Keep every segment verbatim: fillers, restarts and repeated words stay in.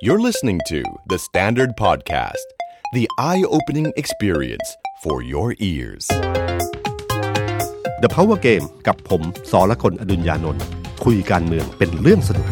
You're listening to The Standard Podcast, the eye-opening experience for your ears. The Power Game กับผมสรกล อดุลยานนท์คุยการเมืองเป็นเรื่องสนุก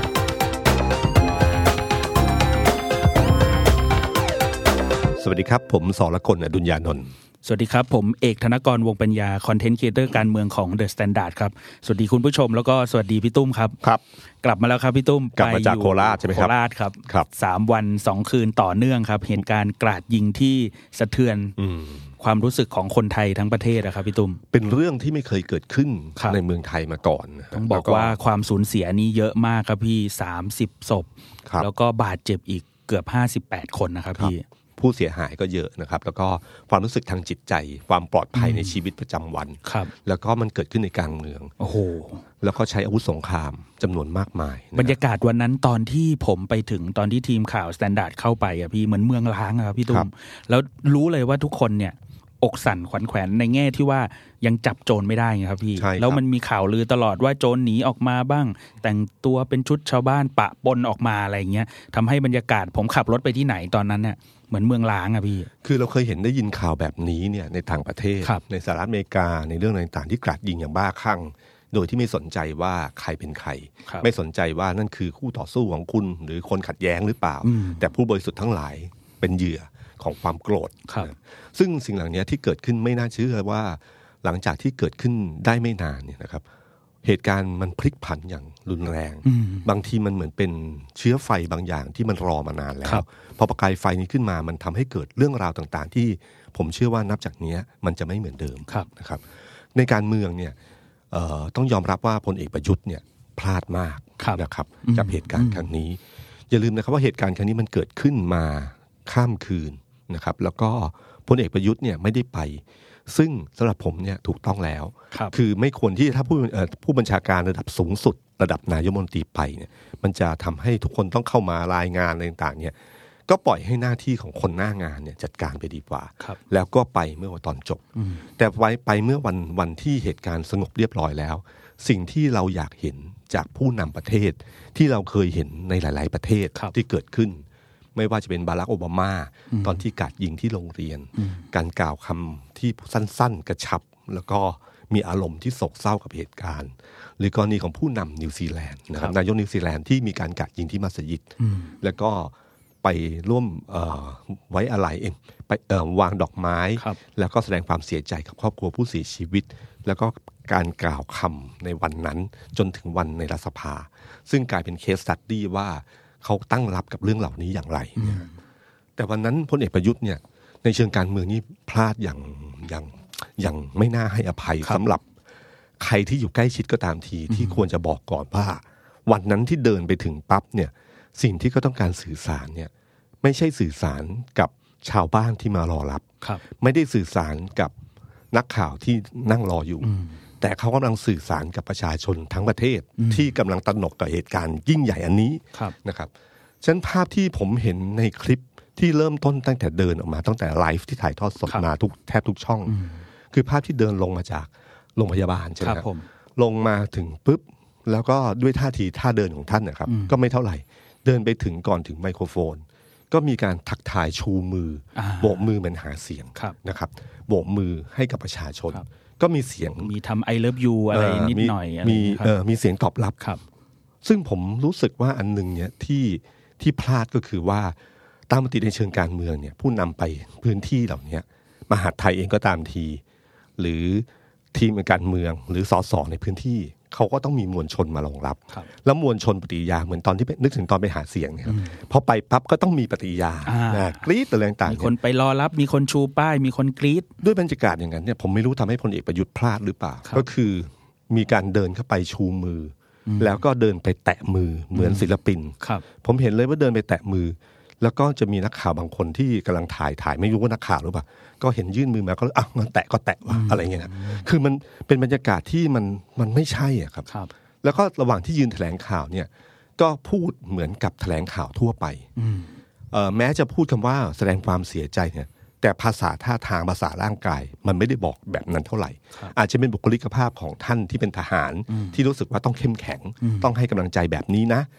สวัสดีครับผมสรกล อดุลยานนท์สวัสดีครับผมเอกธนกรวงปัญญาคอนเทนต์ครีเอเตอร์การเมืองของ The Standard ครับสวัสดีคุณผู้ชมแล้วก็สวัสดีพี่ตุ้มครับครับกลับมาแล้วครับพี่ตุ้มกลับมาจากโคราชใช่ไหมครับโคราชครับครับสามวันสองคืนต่อเนื่องครับเหตุการณ์กราดยิงที่สะเทือนความรู้สึกของคนไทยทั้งประเทศนะครับพี่ตุ้มเป็นเรื่องที่ไม่เคยเกิดขึ้นในเมืองไทยมาก่อนต้องบอกว่าความสูญเสียนี้เยอะมากครับพี่สามสิบศพแล้วก็บาดเจ็บอีกเกือบห้าสิบแปดคนนะครับพี่ผู้เสียหายก็เยอะนะครับแล้วก็ความรู้สึกทางจิตใจความปลอดภัยในชีวิตประจำวันแล้วก็มันเกิดขึ้นในกลางเมืองโอ้โหแล้วก็ใช้อาวุธสงครามจำนวนมากมายบรรยากาศวันนั้นตอนที่ผมไปถึงตอนที่ทีมข่าว Standard เข้าไปอ่ะพี่เหมือนเมืองล้างอ่ะพี่ตุ้มแล้วรู้เลยว่าทุกคนเนี่ยอกสั่นขวัญแขวนในแง่ที่ว่ายังจับโจรไม่ได้ไงครับพี่แล้วมันมีข่าวลือตลอดว่าโจรหนีออกมาบ้างแต่งตัวเป็นชุดชาวบ้านปะปนออกมาอะไรเงี้ยทำให้บรรยากาศผมขับรถไปที่ไหนตอนนั้นเนี่ยเหมือนเมืองล้างอะพี่คือเราเคยเห็นได้ยินข่าวแบบนี้เนี่ยในต่างประเทศในสหรัฐอเมริกาในเรื่องต่างๆที่กราดยิงอย่างบ้าคลั่งโดยที่ไม่สนใจว่าใครเป็นใครไม่สนใจว่านั่นคือคู่ต่อสู้ของคุณหรือคนขัดแย้งหรือเปล่าแต่ผู้บริสุทธิ์ทั้งหลายเป็นเหยื่อของความโกรธซึ่งสิ่งเหล่านี้ที่เกิดขึ้นไม่น่าเชื่อว่าหลังจากที่เกิดขึ้นได้ไม่นานเนี่ยนะครับเหตุการณ์มันพลิกผันอย่างรุนแรงบางทีมันเหมือนเป็นเชื้อไฟบางอย่างที่มันรอมานานแล้วพอประกายไฟนี้ขึ้นมามันทำให้เกิดเรื่องราวต่างๆที่ผมเชื่อว่านับจากนี้มันจะไม่เหมือนเดิมนะครับในการเมืองเนี่ยต้องยอมรับว่าพลเอกประยุทธ์เนี่ยพลาดมากนะครับกับเหตุการณ์ครั้งนี้อย่าลืมนะครับว่าเหตุการณ์ครั้งนี้มันเกิดขึ้นมาข้ามคืนนะครับแล้วก็พลเอกประยุทธ์เนี่ยไม่ได้ไปซึ่งสำหรับผมเนี่ยถูกต้องแล้ว ค, คือไม่ควรที่ถ้าผู้ผู้บัญชาการระดับสูงสุดระดับนายกรัฐมนตรีไปเนี่ยมันจะทำให้ทุกคนต้องเข้ามารายงานอะไรต่างๆเนี่ยก็ปล่อยให้หน้าที่ของคนหน้างานเนี่ยจัดการไปดีกว่าแล้วก็ไปเมื่อวันตอนจบแต่ไว้ไปเมื่อวันวันที่เหตุการณ์สงบเรียบร้อยแล้วสิ่งที่เราอยากเห็นจากผู้นำประเทศที่เราเคยเห็นในหลายๆประเทศที่เกิดขึ้นไม่ว่าจะเป็นบารักโอบามาตอนที่กราดยิงที่โรงเรียนการกล่าวคำที่สั้นๆกระชับแล้วก็มีอารมณ์ที่โศกเศร้ากับเหตุการณ์หรือกรณีของผู้นำนิวซีแลนด์นะครับนายกนิวซีแลนด์ที่มีการกราดยิงที่มัสยิดแล้วก็ไปร่วมไว้อาลัยเองไปวางดอกไม้แล้วก็แสดงความเสียใจกับครอบครัวผู้เสียชีวิตแล้วก็การกล่าวคำในวันนั้นจนถึงวันในรัฐสภาซึ่งกลายเป็นเคสสตั๊ดดี้ว่าเขาตั้งรับกับเรื่องเหล่านี้อย่างไรแต่วันนั้นพลเอกประยุทธ์เนี่ยในเชิงการเมืองนี่พลาดอย่างอย่างอย่างไม่น่าให้อภัยสำหรับใครที่อยู่ใกล้ชิดก็ตามทีที่ควรจะบอกก่อนว่าวันนั้นที่เดินไปถึงปั๊บเนี่ยสิ่งที่เขาต้องการสื่อสารเนี่ยไม่ใช่สื่อสารกับชาวบ้านที่มารอรับไม่ได้สื่อสารกับนักข่าวที่นั่งรออยู่แต่เขากำลังสื่อสารกับประชาชนทั้งประเทศที่กำลังตระหนกกับเหตุการณ์ยิ่งใหญ่อันนี้นะครับฉะนั้นภาพที่ผมเห็นในคลิปที่เริ่มต้นตั้งแต่เดินออกมาตั้งแต่ไลฟ์ที่ถ่ายทอดสดมาทุกแทบทุกช่องคือภาพที่เดินลงมาจากโรงพยาบาลใช่ไหมครับลงมาถึงปุ๊บแล้วก็ด้วยท่าทีท่าเดินของท่านนะครับก็ไม่เท่าไหร่เดินไปถึงก่อนถึงไมโครโฟนก็มีการทักทายชูมือโบกมือเหมือนหาเสียงนะครับโบกมือให้กับประชาชนก็มีเสียงมีทำ I love you อะไรนิดหน่อยมีเออมีเสียงตอบรับซึ่งผมรู้สึกว่าอันนึงเนี่ยที่ที่พลาดก็คือว่าตามมติในเชิงการเมืองเนี่ยผู้นำไปพื้นที่เหล่านี้มหาดไทยเองก็ตามทีหรือทีมการเมืองหรือสสในพื้นที่เขาก็ต้องมีมวลชนมารองรับแล้วมวลชนปฏิกิริยาเหมือนตอนที่นึกถึงตอนไปหาเสียงเนี่ยพอไปปั๊บก็ต้องมีปฏิกิริยากรี๊ดอะไรต่างๆมีคนไปรอรับมีคนชูป้ายมีคนกรี๊ดด้วยบรรยากาศอย่างนั้นเนี่ยผมไม่รู้ทำให้พลเอกประยุทธ์พลาดหรือเปล่าก็คือมีการเดินเข้าไปชูมือแล้วก็เดินไปแตะมือเหมือนศิลปินผมเห็นเลยว่าเดินไปแตะมือแล้วก็จะมีนักข่าวบางคนที่กำลังถ่ายถ่ายไม่รู้ว่านักข่าวหรือเปล่าก็เห็นยื่นมือมาก็อ้าวงั้นแตะก็แตะวะอะไรเงี้ยนะคือมันเป็นบรรยากาศที่มันมันไม่ใช่อ่ะครับแล้วก็ระหว่างที่ยืนแถลงข่าวเนี่ยก็พูดเหมือนกับแถลงข่าวทั่วไปแม้จะพูดคำว่าแสดงความเสียใจเนี่ยแต่ภาษาท่าทางภาษาร่างกายมันไม่ได้บอกแบบนั้นเท่าไหร่อาจจะเป็นบุคลิกภาพของท่านที่เป็นทหารที่รู้สึกว่าต้องเข้มแข็งต้องให้กำลังใจแบบนี้นะ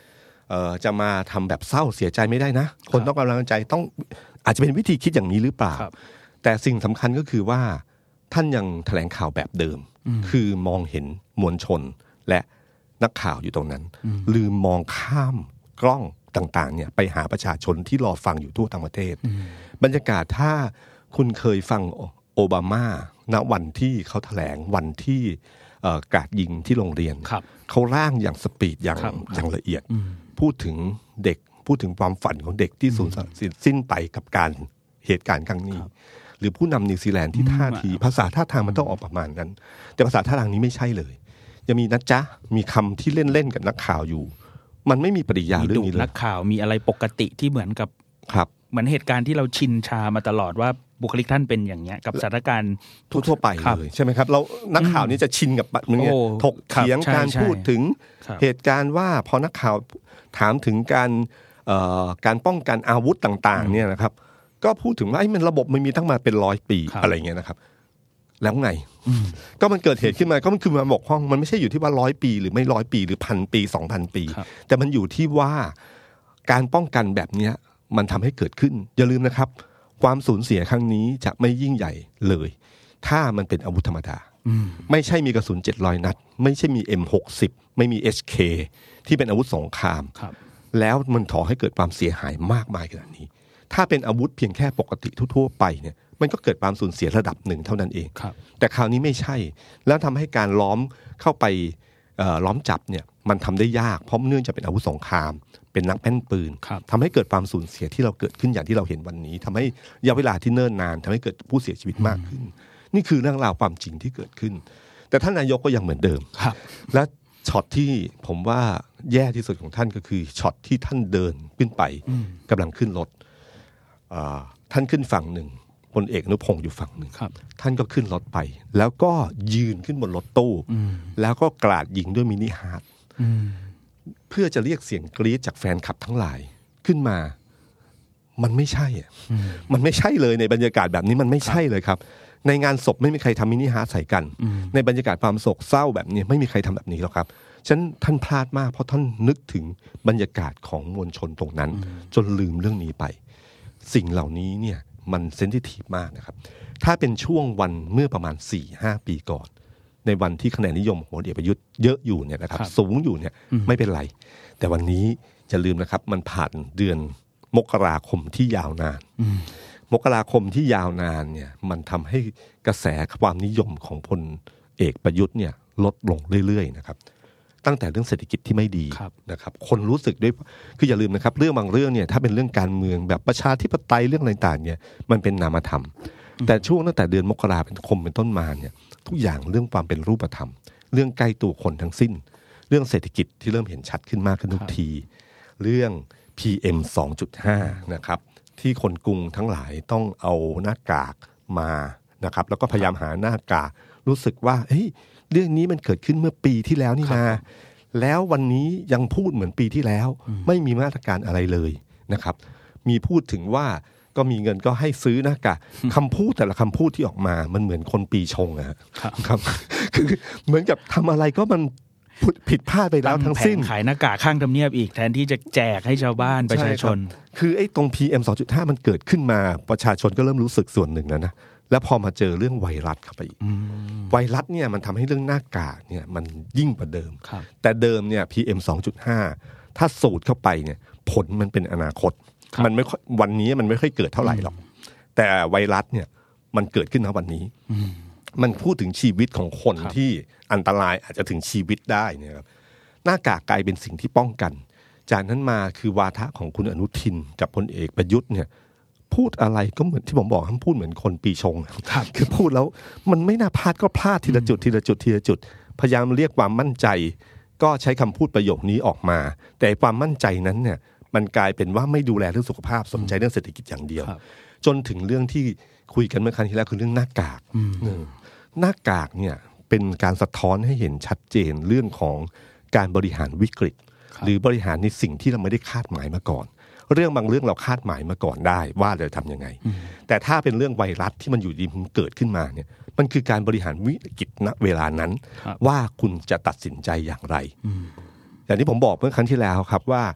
เอ่อจะมาทำแบบเศร้าเสียใจไม่ได้นะคนต้องกำลังใจต้องอาจจะเป็นวิธีคิดอย่างนี้หรือเปล่าแต่สิ่งสำคัญก็คือว่าท่านยังแถลงข่าวแบบเดิมคือมองเห็นมวลชนและนักข่าวอยู่ตรงนั้นลืมมองข้ามกล้องต่างๆเนี่ยไปหาประชาชนที่รอฟังอยู่ทั่วทั้งประเทศบรรยากาศถ้าคุณเคยฟังโอบามาณวันที่เขาแถลงวันที่กราดยิงที่โรงเรียนเขาร่างอย่างสปีดอย่างอย่างละเอียดพูดถึงเด็กพูดถึงความฝันของเด็กที่สูญสิ้นไปกับการเหตุการณ์ครั้งนี้หรือผู้นำนิวซีแลนด์ที่ท่าทีภาษาท่าทางมันต้องออกประมาณนั้นแต่ภาษาท่าทางนี้ไม่ใช่เลยยังมีนะจ๊ะมีคำที่เล่นๆกับนักข่าวอยู่มันไม่มีปริยาเรื่องนี้เลยนักข่าวมีอะไรปกติที่เหมือนกับครับเหมือนเหตุการณ์ที่เราชินชามาตลอดว่าบุคลิกท่านเป็นอย่างเงี้ยกับสถานการณ์ทั่วๆไปเลยใช่ไหมครับเรานักข่าวนี่จะชินกับมันเนี่ยถกเถียงการพูดถึงเหตุการณ์ว่าพอนักข่าวถามถึงการการป้องกันอาวุธต่างๆเนี่ยนะครับก็พูดถึงว่าไอ้มันระบบมันมีตั้งมาเป็นร้อยปีอะไรเงี้ยนะครับแล้วไงก็มันเกิดเหตุขึ้นมาก็มันคือมาบกพร่องมันไม่ใช่อยู่ที่ว่าร้อยปีหรือไม่ร้อยปีหรือพันปีสองพันปีแต่มันอยู่ที่ว่าการป้องกันแบบนี้มันทำให้เกิดขึ้นอย่าลืมนะครับความสูญเสียครั้งนี้จะไม่ยิ่งใหญ่เลยถ้ามันเป็นอาวุธธรรมดาไม่ใช่มีกระสุนเจ็ดร้อยนัดไม่ใช่มี เอ็ม หกสิบ ไม่มี เอช เค ที่เป็นอาวุธสงครามแล้วมันก่อให้เกิดความเสียหายมากมายขนาดนี้ถ้าเป็นอาวุธเพียงแค่ปกติทั่วๆไปเนี่ยมันก็เกิดความสูญเสียระดับหนึ่งเท่านั้นเองแต่คราวนี้ไม่ใช่แล้วทำให้การล้อมเข้าไปล้อมจับเนี่ยมันทำได้ยากเพราะเนื่องจากเป็นอาวุธสงครามเป็นนักแม่นปืนทำให้เกิดความสูญเสียที่เราเกิดขึ้นอย่างที่เราเห็นวันนี้ทำให้ระยะเวลาที่เนิ่นนานทำให้เกิดผู้เสียชีวิตมากขึ้นนี่คือเรื่องราวความจริงที่เกิดขึ้นแต่ท่านนายกก็ยังเหมือนเดิมและช็อตที่ผมว่าแย่ที่สุดของท่านก็คือช็อตที่ท่านเดินขึ้นไปกำลังขึ้นรถท่านขึ้นฝั่งหนึ่งพลเอกอนุพงศ์อยู่ฝั่งหนึ่งท่านก็ขึ้นรถไปแล้วก็ยืนขึ้นบนรถตู้แล้วก็กราดยิงด้วยมินิฮาร์ทเพื่อจะเรียกเสียงกรี๊ดจากแฟนคลับทั้งหลายขึ้นมามันไม่ใช่อ่ะมันไม่ใช่เลยในบรรยากาศแบบนี้มันไม่ใช่เลยครับในงานศพไม่มีใครทำมินิฮาร์ทใส่กันในบรรยากาศความโศกเศร้าแบบนี้ไม่มีใครทำแบบนี้หรอกครับฉะนั้นท่านพลาดมากเพราะท่านนึกถึงบรรยากาศของมวลชนตรงนั้นจนลืมเรื่องนี้ไปสิ่งเหล่านี้เนี่ยมันเซนซิทีฟมากนะครับถ้าเป็นช่วงวันเมื่อประมาณ สี่ถึงห้า ปีก่อนในวันที่คะแนนนิยมของพลเอกประยุทธ์เยอะอยู่เนี่ยนะครับสูงอยู่เนี่ยไม่เป็นไรแต่วันนี้อย่าลืมนะครับมันผ่านเดือนมกราคมที่ยาวนานมกราคมที่ยาวนานเนี่ยมันทำให้กระแสความนิยมของพลเอกประยุทธ์เนี่ยลดลงเรื่อยๆนะครับตั้งแต่เรื่องเศรษฐกิจที่ไม่ดีนะครับคนรู้สึกด้วยคืออย่าลืมนะครับเรื่องบางเรื่องเนี่ยถ้าเป็นเรื่องการเมืองแบบประชาธิปไตยเรื่องต่างๆเนี่ยมันเป็นนามธรรมแต่ช่วงตั้งแต่เดือนมกราคมเป็นต้นมาเนี่ยทุกอย่างเรื่องความเป็นรูปธรรมเรื่องใกล้ตัวคนทั้งสิ้นเรื่องเศรษฐกิจที่เริ่มเห็นชัดขึ้นมากขึ้นทุกทีเรื่อง พี เอ็ม สองจุดห้า นะครับที่คนกรุงทั้งหลายต้องเอาหน้ากากมานะครับแล้วก็พยายามหาหน้ากากรู้สึกว่าเฮ้ยเรื่องนี้มันเกิดขึ้นเมื่อปีที่แล้วนี่นาแล้ววันนี้ยังพูดเหมือนปีที่แล้วไม่มีมาตรการอะไรเลยนะครับมีพูดถึงว่าก็มีเงินก็ให้ซื้อหน้ากากคำพูดแต่ละคำพูดที่ออกมามันเหมือนคนปีชงอะครับคือเหมือนกับทำอะไรก็มันผิดพลาดไปแล้วทั้งสิ้นขายหน้ากากข้างทำเนียบอีกแทนที่จะแจกให้ชาวบ้านประชาชนคือไอ้ตรง พี เอ็ม สองจุดห้า มันเกิดขึ้นมาประชาชนก็เริ่มรู้สึกส่วนหนึ่งแล้วนะแล้วพอมาเจอเรื่องไวรัสเข้าไปอีกไวรัสเนี่ยมันทำให้เรื่องหน้ากากเนี่ยมันยิ่งกว่าเดิมแต่เดิมเนี่ย พี เอ็ม สองจุดห้า ถ้าสูดเข้าไปเนี่ยผลมันเป็นอนาคตมันไม่วันนี้มันไม่ค่อยเกิดเท่าไหร่หรอกแต่ไวรัสเนี่ยมันเกิดขึ้นณวันนี้มันพูดถึงชีวิตของคนที่อันตรายอาจจะถึงชีวิตได้เนี่ยครับหน้ากากกลายเป็นสิ่งที่ป้องกันจากนั้นมาคือวาทะของคุณอนุทินกับพลเอกประยุทธ์เนี่ยพูดอะไรก็เหมือนที่ผมบอกท่านพูดเหมือนคนปีชงคือพูดแล้วมันไม่น่าพลาดก็พลาดทีละจุดทีละจุดทีละจุดพยายามเรียกความมั่นใจก็ใช้คำพูดประโยคนี้ออกมาแต่ความมั่นใจนั้นเนี่ยมันกลายเป็นว่าไม่ดูแลเรื่องสุขภาพสนใจเรื่องเศรษฐกิจอย่างเดียวจนถึงเรื่องที่คุยกันเมื่อครั้งที่แล้วคือเรื่องหน้ากากหน้ากากเนี่ยเป็นการสะท้อนให้เห็นชัดเจนเรื่องของการบริหารวิกฤตหรือบริหารในสิ่งที่เราไม่ได้คาดหมายมาก่อนเรื่องบางเรื่องเราคาดหมายมาก่อนได้ว่าเราจะทำยังไงแต่ถ้าเป็นเรื่องไวรัสที่มันอยู่ดีมันเกิดขึ้นมาเนี่ยมันคือการบริหารวิกฤตณเวลานั้นว่าคุณจะตัดสินใจอย่างไรอย่างที่ผมบอกเมื่อครั้งที่แล้วครับว่า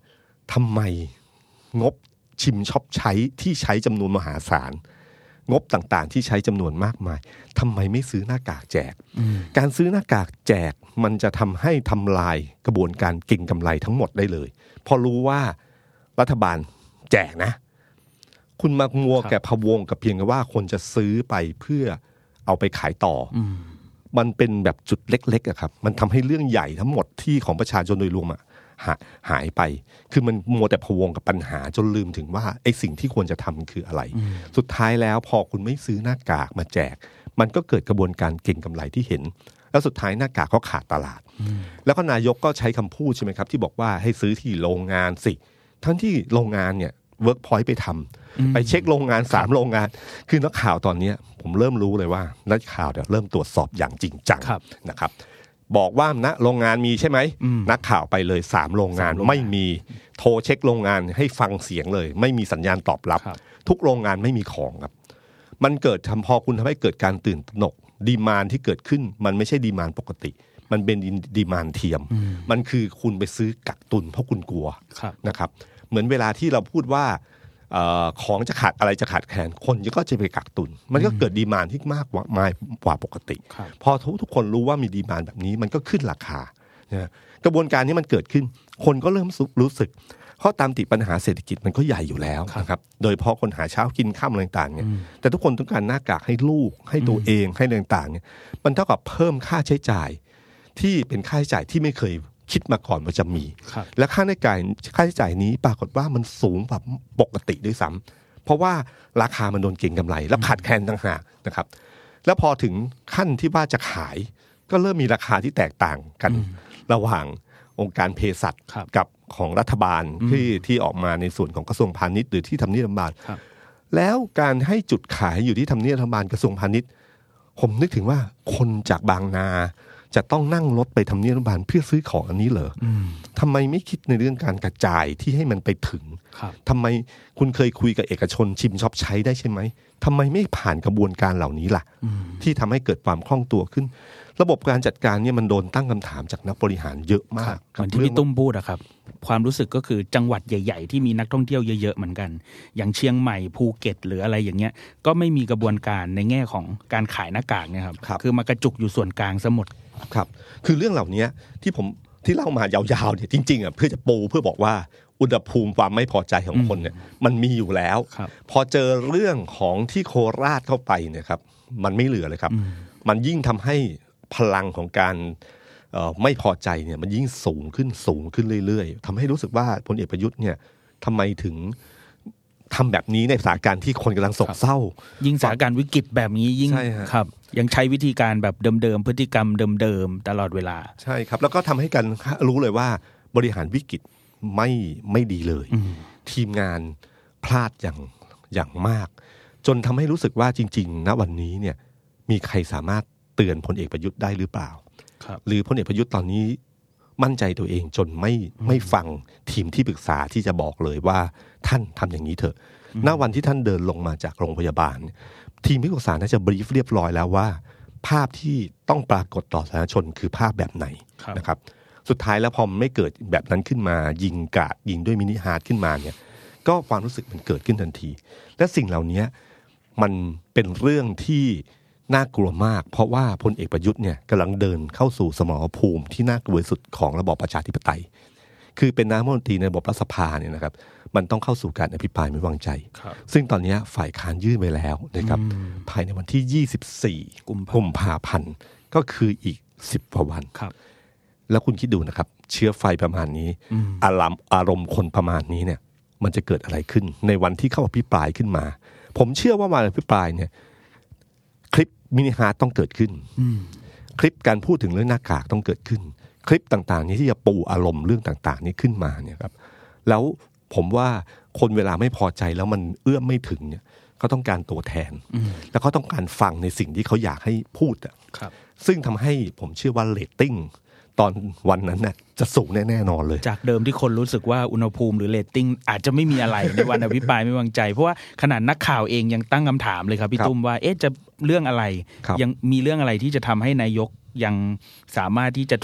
ทำไมงบชิมช็อปใช้ที่ใช้จำนวนมหาศาลงบต่างๆที่ใช้จำนวนมากมายทำไมไม่ซื้อหน้ากากแจกการซื้อหน้ากากแจกมันจะทำให้ทำลายกระบวนการเก็งกำไรทั้งหมดได้เลยพอรู้ว่ารัฐบาลแจกนะคุณมามัวแก่พะวงกับเพียงว่าคนจะซื้อไปเพื่อเอาไปขายต่อมันเป็นแบบจุดเล็กๆอะครับมันทำให้เรื่องใหญ่ทั้งหมดที่ของประชาชนโดยรวมอะหายไปคือมันมัวแต่พะวงกับปัญหาจนลืมถึงว่าไอ้สิ่งที่ควรจะทำคืออะไรสุดท้ายแล้วพอคุณไม่ซื้อหน้ากากมาแจกมันก็เกิดกระบวนการเก็งกำไรที่เห็นแล้วสุดท้ายหน้ากากก็ขาดตลาดแล้วก็นายกก็ใช้คำพูดใช่ไหมครับที่บอกว่าให้ซื้อที่โรงงานสิทั้งที่โรงงานเนี่ยเวิร์กพอยต์ไปทำไปเช็คโรงงานสามโรงงานคือนักข่าวตอนนี้ผมเริ่มรู้เลยว่านักข่าวเนี่ยเริ่มตรวจสอบอย่างจริงจังนะครับบอกว่าณโรงงานมีใช่ไหมนักข่าวไปเลยสามโรงงานไม่มีโทรเช็คโรงงานให้ฟังเสียงเลยไม่มีสัญญาณตอบรับทุกโรงงานไม่มีของครับมันเกิดทำพอคุณทำให้เกิดการตื่นตระหนกดีมานด์ที่เกิดขึ้นมันไม่ใช่ดีมานด์ปกติมันเป็นดีมานด์เทียมมันคือคุณไปซื้อกักตุนเพราะคุณกลัวนะครับเหมือนเวลาที่เราพูดว่าเอ่อของจะขาดอะไรจะขาดแคลนคนก็จะไปกักตุนมันก็เกิดดีมานด์ที่มากกว่ามากกว่าปกติพอทุกทุกคนรู้ว่ามีดีมานด์แบบนี้มันก็ขึ้นราคานะกระบวนการนี้มันเกิดขึ้นคนก็เริ่มรู้สึกเพราะตามติปัญหาเศรษฐกิจมันก็ใหญ่อยู่แล้วนะครับโดยเฉพาะคนหาเช้ากินค่ำอะไรต่างๆเนี่ยแต่ทุกคนต้องการหน้ากากให้ลูกให้ตัวเองให้อะไรต่างๆเนี่ยมันเท่ากับเพิ่มค่าใช้จ่ายที่เป็นค่าใช้จ่ายที่ไม่เคยคิดมาก่อนว่าจะมีและค่าใช้จ่ายค่าใช้จ่ายนี้ปรากฏว่ามันสูงกว่าปกติด้วยซ้ำเพราะว่าราคามันโดนเก็งกำไรแล้วขาดแคลนต่างหากนะครับแล้วพอถึงขั้นที่ว่าจะขายก็เริ่มมีราคาที่แตกต่างกันระหว่างองค์การเภสัชกับของรัฐบาลที่ที่ออกมาในส่วนของกระทรวงพาณิชย์หรือที่ทำเนียบรัฐบาลแล้วการให้จุดขายอยู่ที่ทำเนียบรัฐบาลกระทรวงพาณิชย์ผมนึกถึงว่าคนจากบางนาจะต้องนั่งรถไปทำเนียบรัฐบาลเพื่อซื้อของอันนี้เหรอทำไมไม่คิดในเรื่องการกระจายที่ให้มันไปถึงทำไมคุณเคยคุยกับเอกชนชิมช็อปใช้ได้ใช่ไหมทำไมไม่ผ่านกระบวนการเหล่านี้ล่ะที่ทำให้เกิดความคล่องตัวขึ้นระบบการจัดการเนี่ยมันโดนตั้งคำถามจากนักบริหารเยอะมากเหมือนที่พี่ตุ้มพูดอะครับความรู้สึกก็คือจังหวัดใหญ่ๆที่มีนักท่องเที่ยวเยอะๆเหมือนกันอย่างเชียงใหม่ภูเก็ตหรืออะไรอย่างเงี้ยก็ไม่มีกระบวนการในแง่ของการขายหน้ากากเนี่ยครับคือมากระจุกอยู่ส่วนกลางซะหมดครับคือเรื่องเหล่านี้ที่ผมที่เล่ามายาวๆเนี่ยจริงๆอ่ะเพื่อจะปูเพื่อบอกว่าอุณหภูมิความไม่พอใจของคนเนี่ยมันมีอยู่แล้วพอเจอเรื่องของที่โคราชเข้าไปเนี่ยครับมันไม่เหลือเลยครับมันยิ่งทำให้พลังของการไม่พอใจเนี่ยมันยิ่งสูงขึ้นสูงขึ้นเรื่อยๆทำให้รู้สึกว่าพลเอกประยุทธ์เนี่ยทำไมถึงทำแบบนี้ในสถานการณ์ที่คนกำลังโศกเศร้ายิ่งสถานการณ์วิกฤตแบบนี้ยิ่งครับยังใช้วิธีการแบบเดิมๆพฤติกรรมเดิมๆตลอดเวลาใช่ครับแล้วก็ทำให้กันรู้เลยว่าบริหารวิกฤตไม่ไม่ดีเลยทีมงานพลาดอย่างอย่างมากจนทำให้รู้สึกว่าจริงๆณวันนี้เนี่ยมีใครสามารถเตือนพลเอกประยุทธ์ได้หรือเปล่าหรือพลเอกประยุทธ์ตอนนี้มั่นใจตัวเองจนไม่ไม่ฟังทีมที่ปรึกษาที่จะบอกเลยว่าท่านทำอย่างนี้เถอะณวันที่ท่านเดินลงมาจากโรงพยาบาลทีมที่ปรึกษาน่าจะบรีฟเรียบร้อยแล้วว่าภาพที่ต้องปรากฏต่อสาธารณชนคือภาพแบบไหนนะครับสุดท้ายแล้วพอไม่เกิดแบบนั้นขึ้นมายิงกาดยิงด้วยมินิฮาร์ทขึ้นมาเนี่ยก็ความรู้สึกมันเกิดขึ้นทันทีและสิ่งเหล่านี้มันเป็นเรื่องที่น่ากลัวมากเพราะว่าพลเอกประยุทธ์เนี่ยกำลังเดินเข้าสู่สมรภูมิที่น่ากลัวสุดของระบอบประชาธิปไตยคือเป็นนายกรัฐมนตรีในระบบรัฐสภาเนี่ยนะครับมันต้องเข้าสู่การอภิปรายไม่วางใจซึ่งตอนนี้ฝ่ายค้านยื่นไปแล้วนะครับภายในวันที่ยี่สิบสี่กุมภาพันธ์ก็คืออีกสิบกว่าวันแล้วคุณคิดดูนะครับเชื้อไฟประมาณนี้อารมณ์อารมณ์คนประมาณนี้เนี่ยมันจะเกิดอะไรขึ้นในวันที่เข้าอภิปรายขึ้นมาผมเชื่อว่าวันอภิปรายเนี่ยคลิปมินิฮาร์ทต้องเกิดขึ้นคลิปการพูดถึงเรื่องหน้ากากต้องเกิดขึ้นคลิปต่างๆนี้ที่จะปูอารมณ์เรื่องต่างๆนี้ขึ้นมาเนี่ยครับแล้วผมว่าคนเวลาไม่พอใจแล้วมันเอื้อมไม่ถึงเนี่ยเขาต้องการตัวแทนแล้วเขาต้องการฟังในสิ่งที่เขาอยากให้พูดอ่ะซึ่งทำให้ผมเชื่อว่าเรตติ้งตอนวันนั้นน่ะจะสูงแน่ๆนอนเลยจากเดิมที่คนรู้สึกว่าอุณหภูมิหรือเรตติ้งอาจจะไม่มีอะไรในวันอภิปรายไม่วางใจเพราะว่าขนาดนักข่าวเองยังตั้งคำถามเลยครับพี่ตุ้มว่าเอ๊ะจะเรื่องอะไรยังมีเรื่องอะไรที่จะทำให้นายกยังสามารถที่จะถูก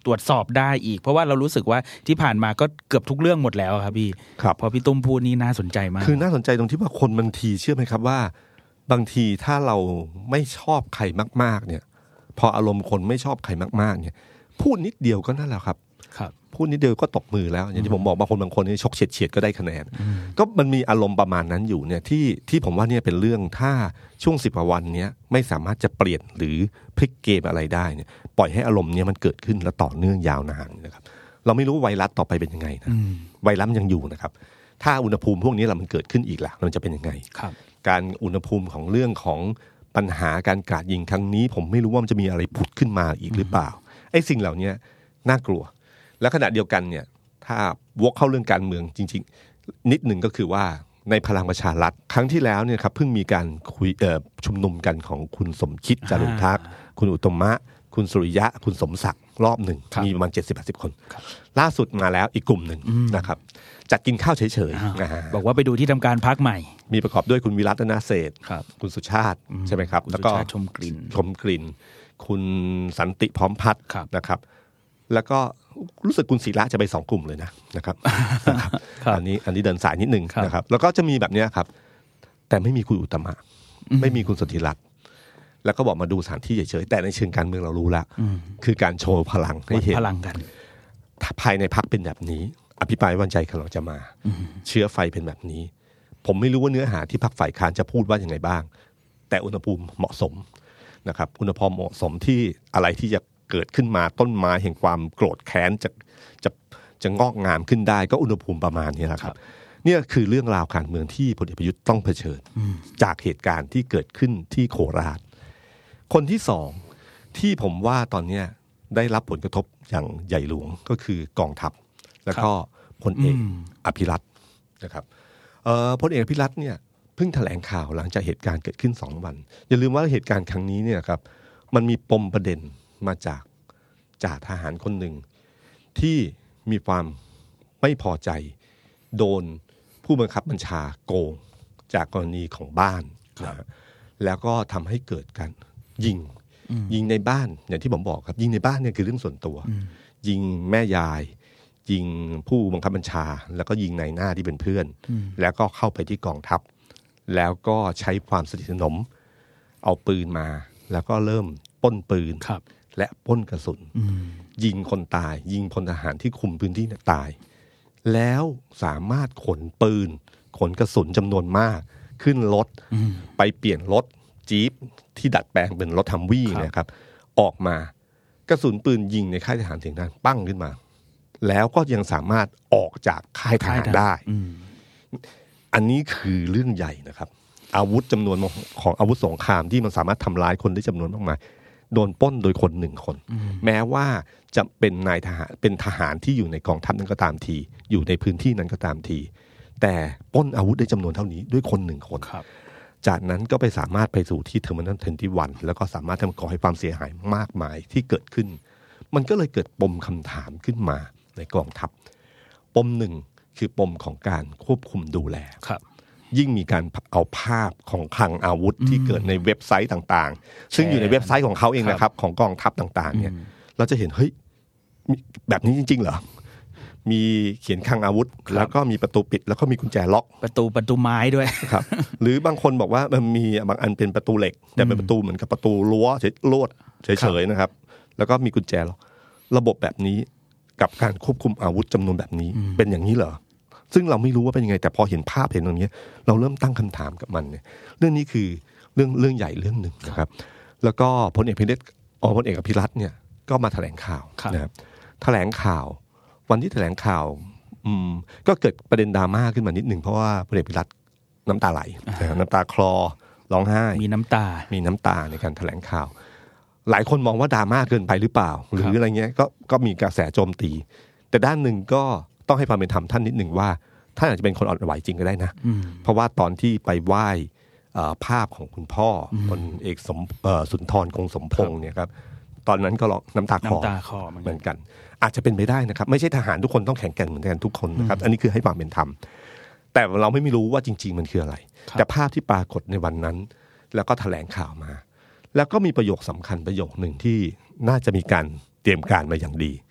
ตรวจสอบได้อีกเพราะว่าเรารู้สึกว่าที่ผ่านมาก็เกือบทุกเรื่องหมดแล้วครับพี่ครับพอพี่ตุ้มพูดนี่น่าสนใจมากคือน่าสนใจตรงที่ว่าคนบางทีเชื่อไหมครับว่าบางทีถ้าเราไม่ชอบใครมากๆเนี่ยพออารมณ์คนไม่ชอบใครมากๆเนี่ยพูดนิดเดียวก็นั่นแหละครับครับพูดนิดเดียวก็ตบมือแล้วอย่างที่ผมบอกบางคนบางคนนี่ชกเฉียดๆก็ได้คะแนนก็มันมีอารมณ์ประมาณนั้นอยู่เนี่ยที่ที่ผมว่าเนี่ยเป็นเรื่องถ้าช่วงสิบกว่าวันเนี้ยไม่สามารถจะเปลี่ยนหรือพลิกเกมอะไรได้เนี่ยปล่อยให้อารมณ์เนี้ยมันเกิดขึ้นและต่อเนื่องยาวนานนะครับเราไม่รู้ไวรัสต่อไปเป็นยังไงนะไวรัสยังอยู่นะครับถ้าอุณหภูมิพวกนี้เรามันเกิดขึ้นอีกล่ะมันจะเป็นยังไงการอุณหภูมิของเรื่องของปัญหาการกราดยิงครั้งนี้ผมไม่รู้ว่ามันจะมีอะไรผุดขึ้นมาอีกหรือเปล่าไอ้สิ่งเหล่านี้น่ากลัวและขณะเดียวกันเนี่ยถ้าวกเข้าเรื่องการเมืองจริงๆนิดหนึ่งก็คือว่าในพลังประชารัฐครั้งที่แล้วเนี่ยครับเพิ่งมีการคุยชุมนุมกันของคุณสมคิดจารุทักษ์คุณอุตตมะคุณสุริยะคุณสมศักดิ์รอบหนึ่งมีประมาณ เจ็ดสิบถึงแปดสิบ คนล่าสุดมาแล้วอีกกลุ่มหนึ่งนะครับจัดกินข้าวเฉยๆบอกว่าไปดูที่ทำการพรรคใหม่มีประกอบด้วยคุณวิรัตนาเศรษฐ์คุณสุชาติใช่ไหมครับแล้วก็ชมกลิ่นชมกลิ่นคุณสันติพร้อมพัฒน์นะครับแล้วก็รู้สึกคุณศิระจะไปสองกลุ่มเลยนะนะครับอันนี้อันนี้เดินสายนิดนึงนะครับแล้วก็จะมีแบบนี้ครับแต่ไม่มีคุณอุตตมะไม่มีคุณสนธิรัตน์แล้วก็บอกมาดูสถานที่เฉยๆแต่ในเชิงการเมืองเรารู้แล้วคือการโชว์พลังให้เห็นพลังกันภายในพรรคเป็นแบบนี้อภิปรายไว้วางใจกำลังจะมาเชื้อไฟเป็นแบบนี้ผมไม่รู้ว่าเนื้อหาที่พรรคฝ่ายค้านจะพูดว่าอย่างไรบ้างแต่อุณหภูมิเหมาะสมนะครับอุณหภูมิเหมาะสมที่อะไรที่จะเกิดขึ้นมาต้นไม้แห่งความโกรธแค้นจะจะจะงอกงามขึ้นได้ก็อุณหภูมิประมาณนี้แหละครับเนี่ยคือเรื่องราวการเมืองที่พลเอกประยุทธ์ต้องเผชิญจากเหตุการณ์ที่เกิดขึ้นที่โคราชคนที่สองที่ผมว่าตอนนี้ได้รับผลกระทบอย่างใหญ่หลวงก็คือกองทัพแล้วก็พลเอกอภิรัตน์นะครับพลเอกอภิรัตน์เนี่ยเพิ่งแถลงข่าวหลังจากเหตุการณ์เกิดขึ้นสองวันอย่าลืมว่าเหตุการณ์ครั้งนี้เนี่ยครับมันมีปมประเด็นมาจากจ่าทหารคนหนึ่งที่มีความไม่พอใจโดนผู้บังคับบัญชาโกงจากกรณีของบ้านนะแล้วก็ทำให้เกิดการยิงยิงในบ้านอย่างที่ผมบอกครับยิงในบ้านเนี่ยคือเรื่องส่วนตัวยิงแม่ยายยิงผู้บังคับบัญชาแล้วก็ยิงนายหน้าที่เป็นเพื่อนแล้วก็เข้าไปที่กองทัพแล้วก็ใช้ความสนิทสนมเอาปืนมาแล้วก็เริ่มปล้นปืนและปล้นกระสุนยิงคนตายยิงพลทหารที่คุมพื้นที่ตายแล้วสามารถขนปืนขนกระสุนจำนวนมากขึ้นรถไปเปลี่ยนรถจี๊ปที่ดัดแปลงเป็นรถฮัมวี่นะครับออกมากระสุนปืนยิงในค่ายทหารเสียงดังปั้งขึ้นมาแล้วก็ยังสามารถออกจากค่ายทหารได้อันนี้คือเรื่องใหญ่นะครับอาวุธจำนวนของอาวุธสงครามที่มันสามารถทำร้ายคนได้จำนวนมากมายโดนปล้นโดยคนหนึ่งคนแม้ว่าจะเป็นนายทหารเป็นทหารที่อยู่ในกองทัพนั้นก็ตามทีอยู่ในพื้นที่นั้นก็ตามทีแต่ปล้นอาวุธได้จำนวนเท่านี้ด้วยคนหนึ่งคนจากนั้นก็ไปสามารถไปสู่ที่เทอร์มินอลยี่สิบเอ็ดแล้วก็สามารถทำก่อให้ความเสียหายมากมายที่เกิดขึ้นมันก็เลยเกิดปมคำถามขึ้นมาในกองทัพปมหนึ่งคือปมของการควบคุมดูแลยิ่งมีการเอาภาพของคลังอาวุธที่เกิดในเว็บไซต์ต่างๆซึ่งอยู่ในเว็บไซต์ของเขาเองนะครับของกองทัพต่างๆเนี่ยเราจะเห็นเฮ้ยแบบนี้จริงๆเหรอมีเขียนคลังอาวุธแล้วก็มีประตูปิดแล้วก็มีกุญแจล็อกประตูประตูไม้ด้วยครับหรือบางคนบอกว่ามันมีบางอันเป็นประตูเหล็กแต่เป็นประตูเหมือนกับประตูรั้วลวดเฉยๆนะครับแล้วก็มีกุญแจล็อกระบบแบบนี้กับการควบคุมอาวุธจำนวนแบบนี้เป็นอย่างนี้เหรอซึ่งเราไม่รู้ว่าเป็นยังไงแต่พอเห็นภาพเห็นตรงนี้เราเริ่มตั้งคำถามกับมันเนี่ยเรื่องนี้คือเรื่องเรื่องใหญ่เรื่องหนึ่งนะครับแล้วก็พลเอกพิเรศอ๋อพลเอกอภิรัตน์เนี่ยก็มาแถลงข่าวนะครับแถลงข่าววันที่แถลงข่าวอืมก็เกิดประเด็นดราม่าขึ้นมานิดหนึ่งเพราะว่าพลเอกอภิรัตน์น้ำตาไหลน้ำตาคลอร้องไห้มีน้ำตามีน้ำตาในการแถลงข่าวหลายคนมองว่าดราม่าเกินไปหรือเปล่าหรืออะไรเงี้ยก็ก็มีกระแสโจมตีแต่ด้านหนึ่งก็ต้องให้ความเป็นธรรมท่านนิดหนึ่งว่าท่านอาจจะเป็นคนอ่อนไหวจริงก็ได้นะเพราะว่าตอนที่ไปไหว้ภาพของคุณพ่อพลเอกสมสุนทรคงสมพงษ์เนี่ยครับตอนนั้นก็ร้องน้ำตาคลอเหมือนกันอาจจะเป็นไปได้นะครับไม่ใช่ทหารทุกคนต้องแข็งแกร่งเหมือนกันทุกคนนะครับอันนี้คือให้ความเป็นธรรมแต่เราไม่รู้ว่าจริงๆมันคืออะไรแต่ภาพที่ปรากฏในวันนั้นแล้วก็แถลงข่าวมาแล้วก็มีประโยคสำคัญประโยคหนึ่งที่น่าจะมีการเตรียมการมาอย่างดี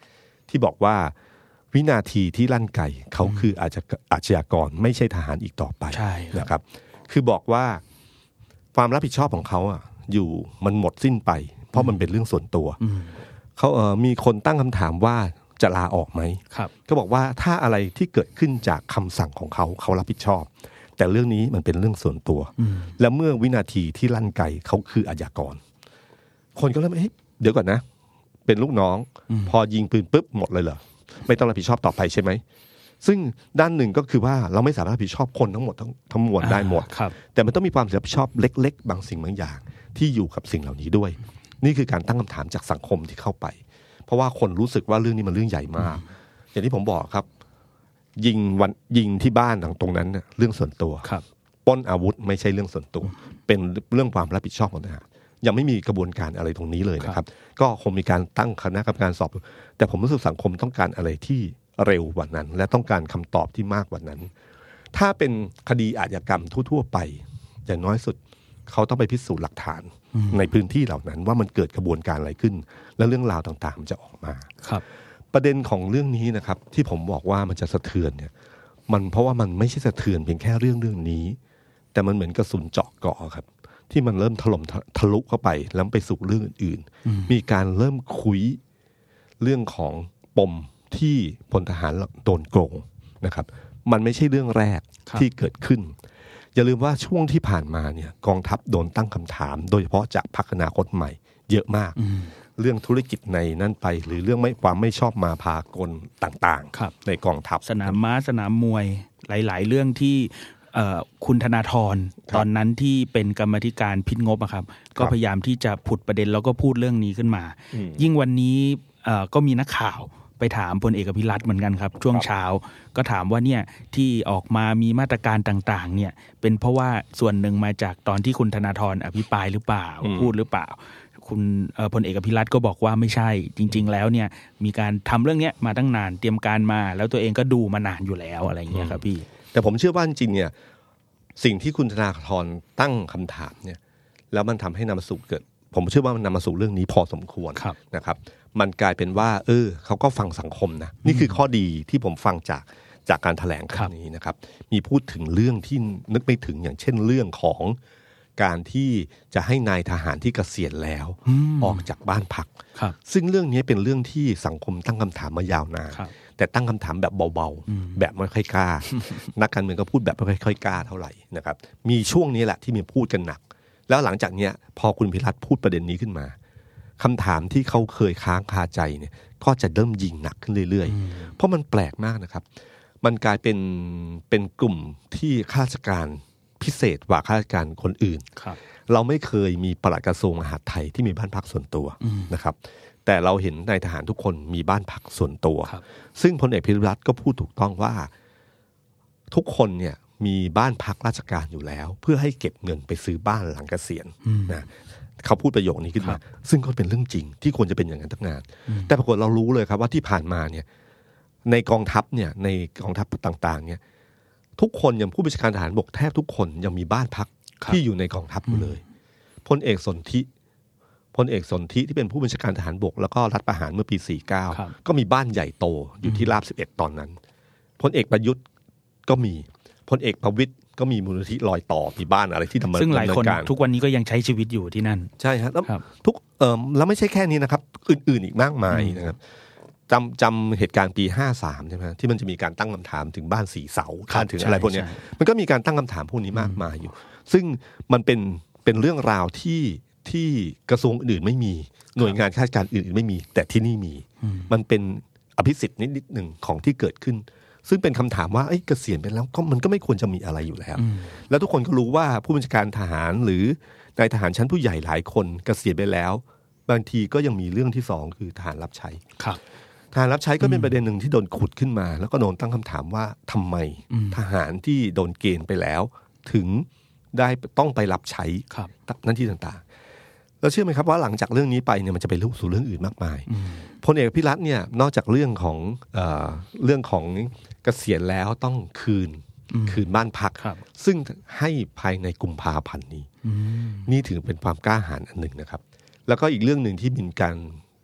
ที่บอกว่าวินาทีที่ลั่นไกเขาคืออาจจะอาชญากรไม่ใช่ทหารอีกต่อไปนะครับคือบอกว่าความรับผิดชอบของเขาอ่ะอยู่มันหมดสิ้นไปเพราะมันเป็นเรื่องส่วนตัวเขาเอ่อมีคนตั้งคำถามว่าจะลาออกไหมก็บอกว่าถ้าอะไรที่เกิดขึ้นจากคำสั่งของเขาเขารับผิดชอบแต่เรื่องนี้มันเป็นเรื่องส่วนตัวและเมื่อวินาทีที่ลั่นไกเขาคืออาชญากรคนก็เริ่มเอ๊ะเดี๋ยวก่อนนะเป็นลูกน้องพอยิงปืนปุ๊บหมดเลยเหรอไม่ต้องรับผิดชอบต่อไปใช่ไหมซึ่งด้านหนึ่งก็คือว่าเราไม่สามารถรับผิดชอบคนทั้งหมดทั้งทั้งมวลได้หมดแต่มันต้องมีความรับผิดชอบเล็กๆบางสิ่งบางอย่างที่อยู่กับสิ่งเหล่านี้ด้วยนี่คือการตั้งคำถามจากสังคมที่เข้าไปเพราะว่าคนรู้สึกว่าเรื่องนี้มันเรื่องใหญ่มากอย่างที่ผมบอกครับยิงวันยิงที่บ้านตรงนั้นเรื่องส่วนตัวปล้นอาวุธไม่ใช่เรื่องส่วนตัวเป็นเรื่องความรับผิดชอบของทหารยังไม่มีกระบวนการอะไรตรงนี้เลยนะครับก็คงมีการตั้งคณะกรรมการสอบแต่ผมรู้สึกสังคมต้องการอะไรที่เร็วกว่านั้นและต้องการคำตอบที่มากกว่านั้นถ้าเป็นคดีอาชญากรรมทั่วๆไปอย่างน้อยสุดเขาต้องไปพิสูจน์หลักฐานในพื้นที่เหล่านั้นว่ามันเกิดกระบวนการอะไรขึ้นและเรื่องราวต่างๆมันจะออกมาครับประเด็นของเรื่องนี้นะครับที่ผมบอกว่ามันจะสะเทือนเนี่ยมันเพราะว่ามันไม่ใช่สะเทือนเพียงแค่เรื่องเรื่องนี้แต่มันเหมือนกระสุนเจาะเกาะครับที่มันเริ่มถล่มทะลุเข้าไปแล้วไปสู่เรื่องอื่นๆมีการเริ่มคุยเรื่องของปมที่พลทหารโดนโกงนะครับมันไม่ใช่เรื่องแรกที่เกิดขึ้นอย่าลืมว่าช่วงที่ผ่านมาเนี่ยกองทัพโดนตั้งคำถามโดยเฉพาะจากพรรคอนาคตใหม่เยอะมากเรื่องธุรกิจในนั่นไปหรือเรื่องไม่ความไม่ชอบมาพากลต่างๆในกองทัพสนามม้าสนามมวยหลายๆเรื่องที่คุณธนาธรตอนนั้นที่เป็นกรรมธิการพิจงบอะครับก็พยายามที่จะผุดประเด็นแล้วก็พูดเรื่องนี้ขึ้นมายิ่งวันนี้ก็มีนักข่าวไปถามพลเอกอภิรัตน์เหมือนกันครับช่วงเช้าก็ถามว่าเนี่ยที่ออกมามีมาตรการต่างๆเนี่ยเป็นเพราะว่าส่วนหนึ่งมาจากตอนที่คุณธนาธรอภิปรายหรือเปล่าพูดหรือเปล่าคุณพลเอกอภิรัตน์ก็บอกว่าไม่ใช่จริงๆแล้วเนี่ยมีการทำเรื่องนี้มาตั้งนานเตรียมการมาแล้วตัวเองก็ดูมานานอยู่แล้วอะไรอย่างเงี้ยครับพี่แต่ผมเชื่อว่าจริงๆเนี่ยสิ่งที่คุณธนาธรตั้งคำถามเนี่ยแล้วมันทำให้นำมาสู่เกิดผมเชื่อว่ามันนำมาสู่เรื่องนี้พอสมควรนะครับมันกลายเป็นว่าเออเขาก็ฟังสังคมนะนี่คือข้อดีที่ผมฟังจากจากการแถลงครั้งนี้นะครับมีพูดถึงเรื่องที่นึกไม่ถึงอย่างเช่นเรื่องของการที่จะให้นายทหารที่เกษียณแล้วออกจากบ้านพักซึ่งเรื่องนี้เป็นเรื่องที่สังคมตั้งคำถามมายาวนานแต่ตั้งคำถามแบบเบาๆแบบไม่ค่อยกล้านักการเมืองก็พูดแบบไม่ค่อยกล้าเท่าไหร่นะครับมีช่วงนี้แหละที่มีพูดกันหนักแล้วหลังจากเนี้ยพอคุณพิรัตน์พูดประเด็นนี้ขึ้นมาคำถามที่เขาเคยค้างคาใจเนี่ยก็จะเริ่มยิงหนักขึ้นเรื่อยๆเพราะมันแปลกมากนะครับมันกลายเป็นเป็นกลุ่มที่ข้าราชการพิเศษกว่าข้าราชการคนอื่นเราไม่เคยมีปลัดกระทรวงมหาดไทยที่มีบ้านพักส่วนตัวนะครับแต่เราเห็นนายทหารทุกคนมีบ้านพักส่วนตัวซึ่งพลเอกพิรัตน์ก็พูดถูกต้องว่าทุกคนเนี่ยมีบ้านพักราชการอยู่แล้วเพื่อให้เก็บเงินไปซื้อบ้านหลังเกษียณนะเขาพูดประโยคนี้ขึ้นมาซึ่งก็เป็นเรื่องจริงที่ควรจะเป็นอย่างนั้นตั้งนานแต่ปรากฏเรารู้เลยครับว่าที่ผ่านมาเนี่ยในกองทัพเนี่ยในกองทัพต่างๆเนี่ยทุกคนอย่างผู้บัญชาการทหารบกแทบทุกคนยังมีบ้านพักที่อยู่ในกองทัพอยู่เลยพลเอกสนธิพลเอกสนธิที่เป็นผู้บัญชาการทหารบกแล้วก็รัฐประหารเมื่อปีสี่สิบเก้าก็มีบ้านใหญ่โตอยู่ที่ราบสิบเอ็ดตอนนั้นพลเอกประยุทธ์ก็มีพลเอกประวิตรก็มีมูลนิธิรอยต่อมีบ้านอะไรที่ดำเนินการซึ่งหลายคนทุกวันนี้ก็ยังใช้ชีวิตอยู่ที่นั่นใช่ครับแล้วทุกเอ่อแล้วไม่ใช่แค่นี้นะครับอื่นๆอีกมากมายนะครับจำจำเหตุการณ์ปีห้าสามใช่ไหมที่มันจะมีการตั้งคำถามถึงบ้านสีเสาการถึงอะไรพวกนี้มันก็มีการตั้งคำถามพวกนี้มากมายอยู่ซึ่งมันเป็นเป็นเรื่องราวที่ที่กระทรวงอื่นไม่มีหน่วยงานข้าราชการอื่นไม่มีแต่ที่นี่มีมันเป็นอภิสิทธิ์นิดๆหนึ่งของที่เกิดขึ้นซึ่งเป็นคำถามว่าเอ้ยเกษียณไปแล้วก็มันก็ไม่ควรจะมีอะไรอยู่แล้วแล้วทุกคนก็รู้ว่าผู้บัญชาการทหารหรือนายทหารชั้นผู้ใหญ่หลายคนเกษียณไปแล้วบางทีก็ยังมีเรื่องที่สองคือทหารรับใช้ทหารรับใช้ก็เป็นประเด็นหนึ่งที่โดนขุดขึ้นมาแล้วก็โดนตั้งคำถามว่าทำไมทหารที่โดนเกณฑ์ไปแล้วถึงได้ต้องไปรับใช้หน้าที่ต่างๆแล้วเชื่อไหมครับว่าหลังจากเรื่องนี้ไปเนี่ยมันจะไปสู่เรื่องอื่นมากมายพลเอกพิรัตน์เนี่ยนอกจากเรื่องของเอ่อเรื่องของเกษียณแล้วต้องคืนคืนบ้านพักซึ่งให้ภายในกุมภาพันธ์นี้นี่ถือเป็นความกล้าหาญอันหนึ่งนะครับแล้วก็อีกเรื่องหนึ่งที่มีการ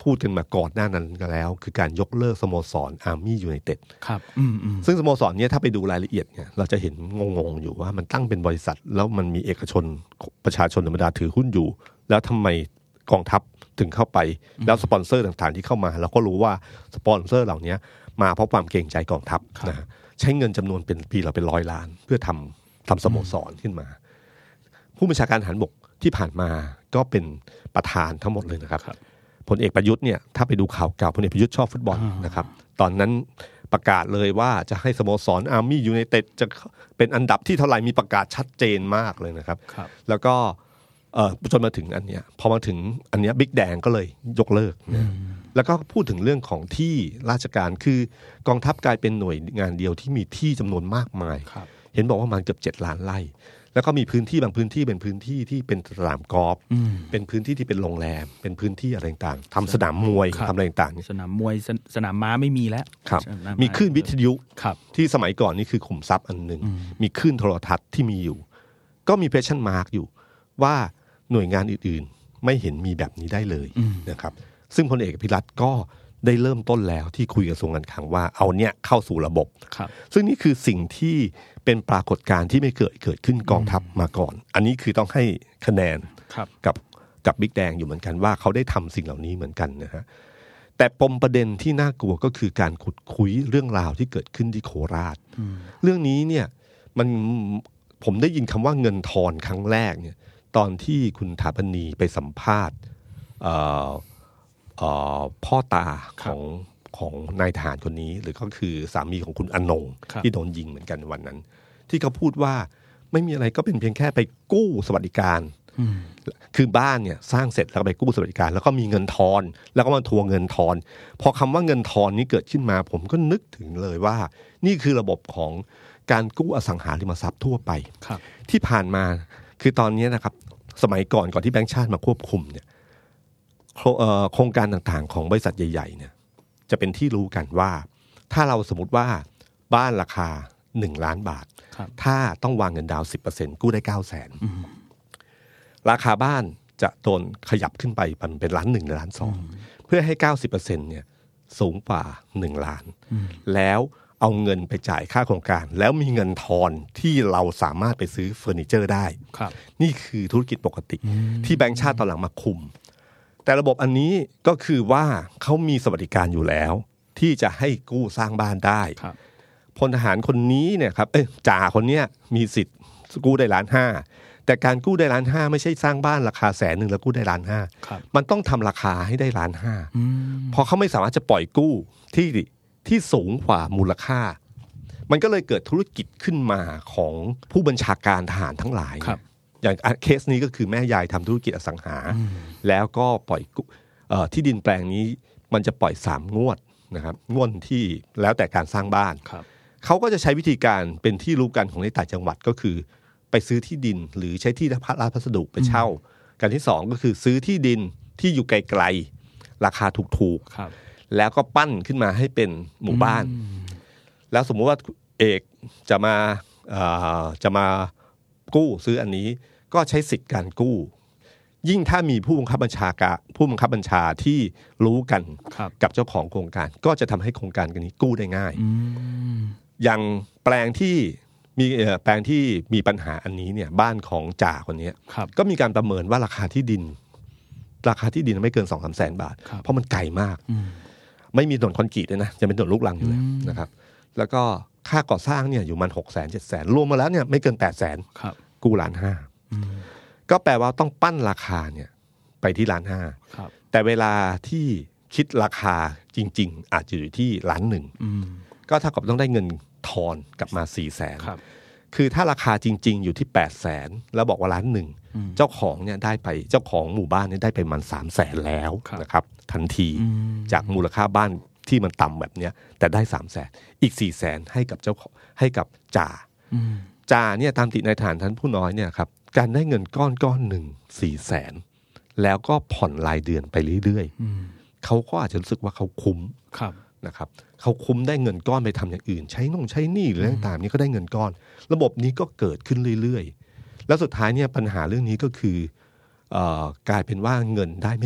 พูดกันมาก่อนหน้านั้นกันแล้วคือการยกเลิกสโมสร Army United ครับอืมซึ่งสโมสรเนี้ยถ้าไปดูรายละเอียดเนี่ยเราจะเห็นงงๆอยู่ว่ามันตั้งเป็นบริษัทแล้วมันมีเอกชนประชาชนธรรมดาถือหุ้นอยู่แล้วทำไมกองทัพถึงเข้าไปแล้วสปอนเซอร์ต่างๆที่เข้ามาเราก็รู้ว่าสปอนเซอร์เหล่านี้มาเพราะความเกรงใจกองทัพนะใช้เงินจำนวนเป็นปีละเป็นร้อยล้านเพื่อทำทำสโมสรขึ้นมาผู้บัญชาการทหารบกที่ผ่านมาก็เป็นประธานทั้งหมดเลยนะครับพลเอกประยุทธ์เนี่ยถ้าไปดูข่าวเก่าพลเอกประยุทธ์ชอบฟุตบอลนะครับตอนนั้นประกาศเลยว่าจะให้สโมสร Army United จะเป็นอันดับที่เท่าไหร่มีประกาศชัดเจนมากเลยนะครับแล้วก็จนมาถึงอันเนี้ยพอมาถึงอันเนี้ยบิ๊กแดงก็เลยยกเลิกนะแล้วก็พูดถึงเรื่องของที่ราชการคือกองทัพกลายเป็นหน่วยงานเดียวที่มีที่จำนวนมากมายเห็นบอกว่ามันเกือบเจ็ดล้านไร่แล้วก็มีพื้นที่บางพื้นที่เป็นพื้นที่ที่เป็นสนามกอล์ฟเป็นพื้นที่ที่เป็นโรงแรมเป็นพื้นที่อะไรต่างๆทำสนามมวยทำอะไรต่างๆสนามมวยสนามม้าไม่มีแล้วครับมีคลื่นวิทยุที่สมัยก่อนนี่คือขุมทรัพย์อันหนึ่งมีคลื่นโทรทัศน์ที่มีอยู่ก็มีเพชชั่นมาร์กอยู่ว่าหน่วยงานอื่นๆไม่เห็นมีแบบนี้ได้เลยนะครับซึ่งพลเอกอภิรัตน์ก็ได้เริ่มต้นแล้วที่คุยกับกระทรวงการคลังว่าเอาเนี่ยเข้าสู่ระบบซึ่งนี่คือสิ่งที่เป็นปรากฏการณ์ที่ไม่เกิดเกิดขึ้นกองทัพมาก่อนอันนี้คือต้องให้คะแนนกับกับบิ๊กแดงอยู่เหมือนกันว่าเขาได้ทำสิ่งเหล่านี้เหมือนกันนะฮะแต่ปมประเด็นที่น่ากลัวก็คือการขุดคุยเรื่องราวที่เกิดขึ้นที่โคราชเรื่องนี้เนี่ยมันผมได้ยินคำว่าเงินทอนครั้งแรกเนี่ยตอนที่คุณถาปณีไปสัมภาษณ์พ่อตาของของนายทหารคนนี้หรือก็คือสามีของคุณอนงที่โดนยิงเหมือนกันวันนั้นที่เขาพูดว่าไม่มีอะไรก็เป็นเพียงแค่ไปกู้สวัสดิการคือบ้านเนี่ยสร้างเสร็จแล้วไปกู้สวัสดิการแล้วก็มีเงินทอนแล้วก็มาทวงเงินทอนพอคำว่าเงินทอนนี้เกิดขึ้นมาผมก็นึกถึงเลยว่านี่คือระบบของการกู้อสังหาริมทรัพย์ทั่วไปที่ผ่านมาคือตอนนี้นะครับสมัยก่อนก่อนที่แบงก์ชาติมาควบคุมเนี่ยโครงการต่างๆของบริษัทใหญ่ๆเนี่ยจะเป็นที่รู้กันว่าถ้าเราสมมติว่าบ้านราคาหนึ่งล้านบาทถ้าต้องวางเงินดาวน์ สิบเปอร์เซ็นต์ กู้ได้เก้าแสนราคาบ้านจะโดนขยับขึ้นไปเป็นล้านหนึ่งล้านสองเพื่อให้ เก้าสิบเปอร์เซ็นต์ เนี่ยสูงกว่าหนึ่งล้านแล้วเอาเงินไปจ่ายค่าโครงการแล้วมีเงินทอนที่เราสามารถไปซื้อเฟอร์นิเจอร์ได้นี่คือธุรกิจปกติที่แบงก์ชาติตอนหลังมาคุมแต่ระบบอันนี้ก็คือว่าเขามีสวัสดิการอยู่แล้วที่จะให้กู้สร้างบ้านได้พลทหารคนนี้เนี่ยครับเอ้ยจ่าคนเนี้ยมีสิทธิ์กู้ได้ล้านห้าแต่การกู้ได้ล้านห้าไม่ใช่สร้างบ้านราคาแสนหนึ่งแล้วกู้ได้ล้านห้ามันต้องทำราคาให้ได้ล้านห้าพอเขาไม่สามารถจะปล่อยกู้ที่ที่สูงกว่ามูลค่ามันก็เลยเกิดธุรกิจขึ้นมาของผู้บัญชาการทหารทั้งหลายอย่างเคสนี้ก็คือแม่ยายทำธุรกิจอสังหาแล้วก็ปล่อยที่ดินแปลงนี้มันจะปล่อยสามงวดนะครับงวดที่แล้วแต่การสร้างบ้านเขาก็จะใช้วิธีการเป็นที่รู้กันของในต่างจังหวัดก็คือไปซื้อที่ดินหรือใช้ที่ราชพัสดุไปเช่าการที่สองก็คือซื้อที่ดินที่อยู่ไกลๆราคาถูกๆแล้วก็ปั้นขึ้นมาให้เป็นหมู่บ้านแล้วสมมุติว่าเอกจะมาจะมากู้ซื้ออันนี้ก็ใช้สิทธิ์การกู้ยิ่งถ้ามีผู้บังคับบัญชาการผู้บังคับบัญชาที่รู้กันกับเจ้าของโครงการก็จะทำให้โครงการนี้กู้ได้ง่ายอย่างแปลงที่มีแปลงที่มีปัญหาอันนี้เนี่ยบ้านของจ่าคนนี้ก็มีการประเมินว่าราคาที่ดินราคาที่ดินไม่เกิน สองถึงสาม แสนบาทเพราะมันไกลมากไม่มีถนนคอนกรีตเลยนะจะเป็นถนนลูกรังอยู่แล้วนะครับแล้วก็ค่าก่อสร้างเนี่ยอยู่มัน หกแสน เจ็ดแสนรวมมาแล้วเนี่ยไม่เกิน แปดแสนกู้ล้านห้าก็แปลว่าต้องปั้นราคาเนี่ยไปที่ล้านห้าแต่เวลาที่คิดราคาจริงๆอาจจะอยู่ที่ล้านหนึ่งก็เท่ากับต้องได้เงินทอนกลับมาสี่แสนคือถ้าราคาจริงๆอยู่ที่แปดแสนแล้วบอกว่าล้านหนึ่งเจ้าของเนี่ยได้ไปเจ้าของหมู่บ้านเนี่ยได้ไปมันสามแสนแล้วนะครับทันทีจากมูลค่าบ้านที่มันต่ำแบบเนี้ยแต่ได้สามแสนอีกสี่แสนให้กับเจ้าให้กับจ่าจ่าเนี่ยตามติดในฐานท่านผู้น้อยเนี่ยครับการได้เงินก้อนก้อนหนึ่งสี่แสนแล้วก็ผ่อนรายเดือนไปเรื่อยๆเขาก็อาจจะรู้สึกว่าเขาคุ้มนะครับเขาคุ้มได้เงินก้อนไปทำอย่างอื่นใช้น่งใช้หนี้หรือต่างๆนี้ก็ได้เงินก้อนระบบนี้ก็เกิดขึ้นเรื่อยๆแล้วสุดท้ายเนี่ยปัญหาเรื่องนี้ก็คือเอ่อกลายเป็นว่าเงินได้ไม่ครบ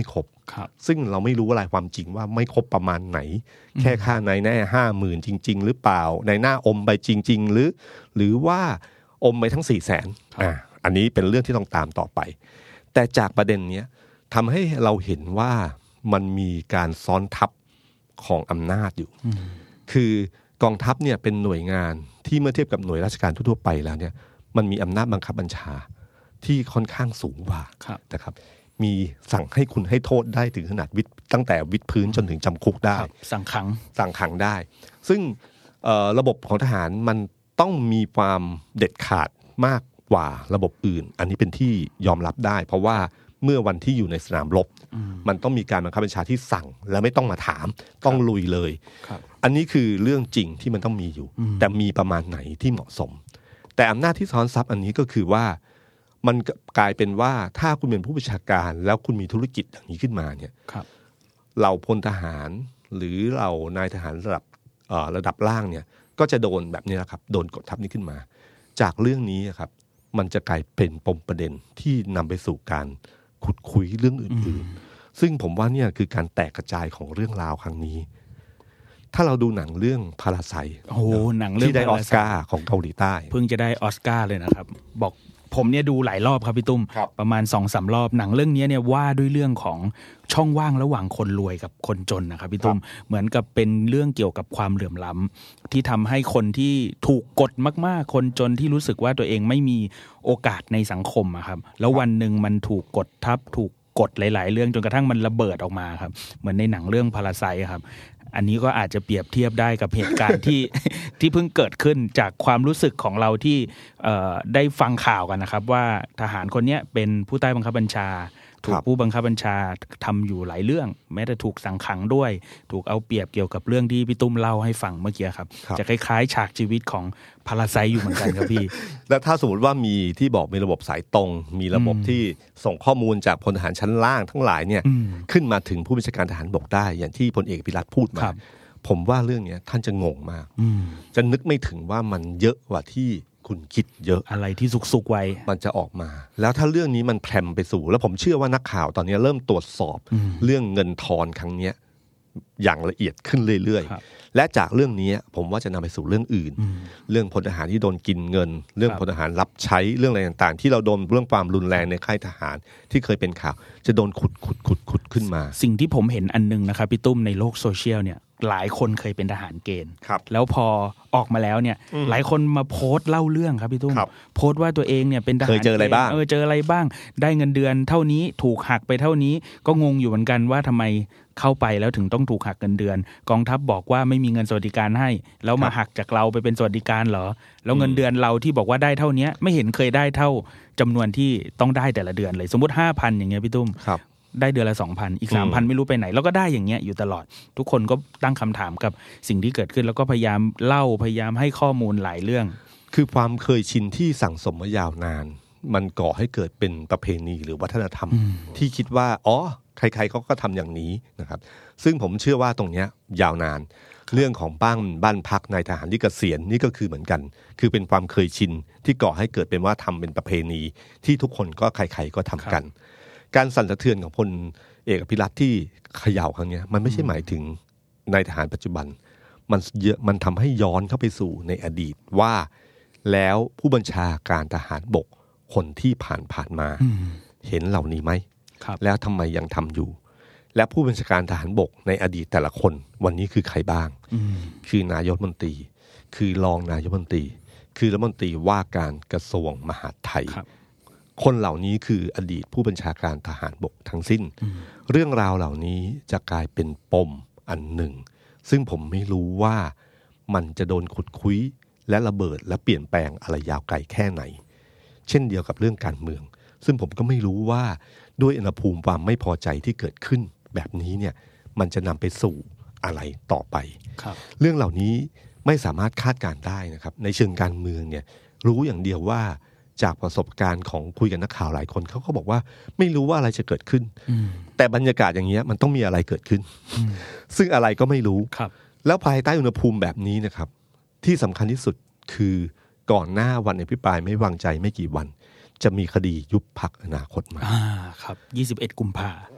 ซึ่งเราไม่รู้อะไรความจริงว่าไม่ครบประมาณไหนแค่ค่าในแน่ห้าหมื่นจริงๆหรือเปล่าในหน้าอมไปจริงๆหรือหรือว่าอมไปทั้งสี่แสนอ่าอันนี้เป็นเรื่องที่ต้องตามต่อไปแต่จากประเด็นนี้ทำให้เราเห็นว่ามันมีการซ้อนทับของอำนาจอยู่คือกองทัพเนี่ยเป็นหน่วยงานที่เมื่อเทียบกับหน่วยราชการทั่วๆไปแล้วเนี่ยมันมีอำนาจบังคับบัญชาที่ค่อนข้างสูงกว่านะครับมีสั่งให้คุณให้โทษได้ถึงขนาดวิทตั้งแต่วิทพื้นจนถึงจำคุกได้สั่งขังสั่งขังได้ซึ่งระบบของทหารมันต้องมีความเด็ดขาดมากกว่าระบบอื่นอันนี้เป็นที่ยอมรับได้เพราะว่าเมื่อวันที่อยู่ในสนามรบมันต้องมีการบังคับบัญชาที่สั่งและไม่ต้องมาถามต้องลุยเลยอันนี้คือเรื่องจริงที่มันต้องมีอยู่แต่มีประมาณไหนที่เหมาะสมแต่อำนาจที่ซ้อนซับอันนี้ก็คือว่ามันกลายเป็นว่าถ้าคุณเป็นผู้บัญชาการแล้วคุณมีธุรกิจอย่างนี้ขึ้นมาเนี่ยเราพลทหารหรือเรานายทหารระดับระดับล่างเนี่ยก็จะโดนแบบนี้แหละครับโดนกดทับนี้ขึ้นมาจากเรื่องนี้ครับมันจะกลายเป็นปมประเด็นที่นำไปสู่การขุดคุยเรื่องอื่นๆซึ่งผมว่าเนี่ยคือการแตกกระจายของเรื่องราวครั้งนี้ถ้าเราดูหนังเรื่องพาราไซต์โอ้หนังเรื่องที่ได้ออสการ์ของเกาหลีใต้เพิ่งจะได้ออสการ์เลยนะครับบอกผมเนี่ยดูหลายรอบครับพี่ตุ้มประมาณ สองสาม รอบหนังเรื่องนี้เนี่ยว่าด้วยเรื่องของช่องว่างระหว่างคนรวยกับคนจนนะครับพี่ตุ้มเหมือนกับเป็นเรื่องเกี่ยวกับความเหลื่อมล้ำที่ทำให้คนที่ถูกกดมากๆคนจนที่รู้สึกว่าตัวเองไม่มีโอกาสในสังคมอะครับแล้ววันหนึ่งมันถูกกดทับถูกกดหลายๆเรื่องจนกระทั่งมันระเบิดออกมาครับเหมือนในหนังเรื่องพาราไซต์ครับอันนี้ก็อาจจะเปรียบเทียบได้กับเหตุการณ์ที่ ที่เพิ่งเกิดขึ้นจากความรู้สึกของเราที่ได้ฟังข่าวกันนะครับว่าทหารคนนี้เป็นผู้ใต้บังคับบัญชาถูกผู้บังคับบัญชาทำอยู่หลายเรื่องแม้แต่ถูกสั่งขังด้วยถูกเอาเปรียบเกี่ยวกับเรื่องที่พี่ตุ้มเล่าให้ฟังเมื่อกี้ครับจะคล้ายๆฉากชีวิตของพาราไซต์อยู่เหมือนกันครับพี่แล้วถ้าสมมติว่ามีที่บอกมีระบบสายตรงมีระบบที่ส่งข้อมูลจากพลทหารชั้นล่างทั้งหลายเนี่ยขึ้นมาถึงผู้บัญชาการทหารบกได้อย่างที่พลเอกพิรัตน์พูดมาผมว่าเรื่องนี้ท่านจะงงมากจะนึกไม่ถึงว่ามันเยอะกว่าที่คุณคิดเยอะอะไรที่สุกๆไว้มันจะออกมาแล้วถ้าเรื่องนี้มันแพร่มไปสู่แล้วผมเชื่อว่านักข่าวตอนนี้เริ่มตรวจสอบเรื่องเงินทอนครั้งนี้อย่างละเอียดขึ้นเรื่อยๆและจากเรื่องนี้ผมว่าจะนำไปสู่เรื่องอื่นเรื่องพลทหารที่โดนกินเงินเรื่องพลทหารรับใช้เรื่องอะไรต่างๆที่เราโดนเรื่องความรุนแรงในค่ายทหารที่เคยเป็นข่าวจะโดนขุดขุดขุดขุดขึ้นมาสิ่งที่ผมเห็นอันนึงนะครับพี่ตุ้มในโลกโซเชียลเนี่ยหลายคนเคยเป็นทหารเกณฑ์แล้วพอออกมาแล้วเนี่ยหลายคนมาโพสต์เล่าเรื่องครับพี่ตุ้มโพสต์ว่าตัวเองเนี่ยเป็นทหารเคยเจออะไรบ้างเออเจออะไรบ้างได้เงินเดือนเท่านี้ถูกหักไปเท่านี้ก็งงอยู่เหมือนกันว่าทำไมเข้าไปแล้วถึงต้องถูกหักเงินเดือนกองทัพบอกว่าไม่มีเงินสวัสดิการให้แล้วมาหักจากเราไปเป็นสวัสดิการเหรอแล้วเงินเดือนเราที่บอกว่าได้เท่านี้ไม่เห็นเคยได้เท่าจำนวนที่ต้องได้แต่ละเดือนเลยสมมุติ ห้าพัน อย่างเงี้ยพี่ตุ้มได้เดือนละ สองพัน อีก สามพัน ไม่รู้ไปไหนแล้วก็ได้อย่างเงี้ยอยู่ตลอดทุกคนก็ตั้งคำถามกับสิ่งที่เกิดขึ้นแล้วก็พยายามเล่าพยายามให้ข้อมูลหลายเรื่องคือความเคยชินที่สั่งสมมายาวนานมันก่อให้เกิดเป็นประเพณีหรือวัฒนธรรมที่คิดว่าอ๋อใครๆเขาก็ทำอย่างนี้นะครับซึ่งผมเชื่อว่าตรงเนี้ยยาวนานเรื่องของบ้านบ้านพักนายทหารที่เกษียณนี่ก็คือเหมือนกันคือเป็นความเคยชินที่ก่อให้เกิดเป็นว่าทำเป็นประเพณีที่ทุกคนก็ใครๆก็ทำกันการสั่นสะเทือนของพลเอกอภิรัตน์ที่เขย่าครั้งนี้มันไม่ใช่หมายถึงนายทหารปัจจุบันมันเยอะมันทำให้ย้อนเข้าไปสู่ในอดีตว่าแล้วผู้บัญชาการทหารบกคนที่ผ่านผ่านมาเห็นเหล่านี้ไหมแล้วทำไมยังทำอยู่และผู้บัญชาการทหารบกในอดีตแต่ละคนวันนี้คือใครบ้างคือนายกรัฐมนตรีคือรองนายกรัฐมนตรีคือรัฐมนตรีว่าการกระทรวงมหาดไทยคนเหล่านี้คืออดีตผู้บัญชาการทหารบกทั้งสิ้นเรื่องราวเหล่านี้จะกลายเป็นปมอันหนึ่งซึ่งผมไม่รู้ว่ามันจะโดนขุดคุยและระเบิดและเปลี่ยนแปลงอะไรยาวไกลแค่ไหนเช่นเดียวกับเรื่องการเมืองซึ่งผมก็ไม่รู้ว่าด้วยอุณหภูมิความไม่พอใจที่เกิดขึ้นแบบนี้เนี่ยมันจะนำไปสู่อะไรต่อไปเรื่องเหล่านี้ไม่สามารถคาดการณ์ได้นะครับในเชิงการเมืองเนี่ยรู้อย่างเดียวว่าจากประสบการณ์ของคุยกับนักข่าวหลายคนเขาก็บอกว่าไม่รู้ว่าอะไรจะเกิดขึ้นแต่บรรยากาศอย่างเงี้ยมันต้องมีอะไรเกิดขึ้นซึ่งอะไรก็ไม่รู้แล้วภายใต้อุณหภูมิแบบนี้นะครับที่สำคัญที่สุดคือก่อนหน้าวันอภิปรายไม่วางใจไม่กี่วันจะมีคดียุบพรรคอนาคตใหม่อ่าครับยี่สิบเอ็ดกุมภา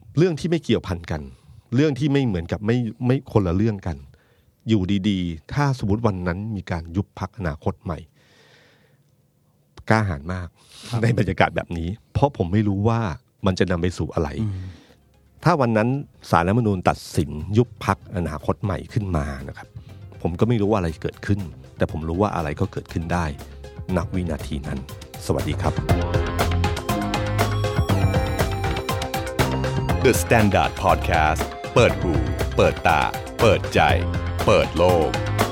เรื่องที่ไม่เกี่ยวพันกันเรื่องที่ไม่เหมือนกับไม่ไม่คนละเรื่องกันอยู่ดีๆถ้าสมมติวันนั้นมีการยุบพรรคอนาคตใหม่กล้าหาญมากในบรรยากาศแบบนี้เพราะผมไม่รู้ว่ามันจะนำไปสู่อะไรถ้าวันนั้นศาลรัฐธรรมนูญตัดสินยุบพรรคอนาคตใหม่ขึ้นมานะครับผมก็ไม่รู้ว่าอะไรเกิดขึ้นแต่ผมรู้ว่าอะไรก็เกิดขึ้นได้ณวินาทีนั้นสวัสดีครับ The Standard Podcast เปิดหูเปิดตาเปิดใจเปิดโลก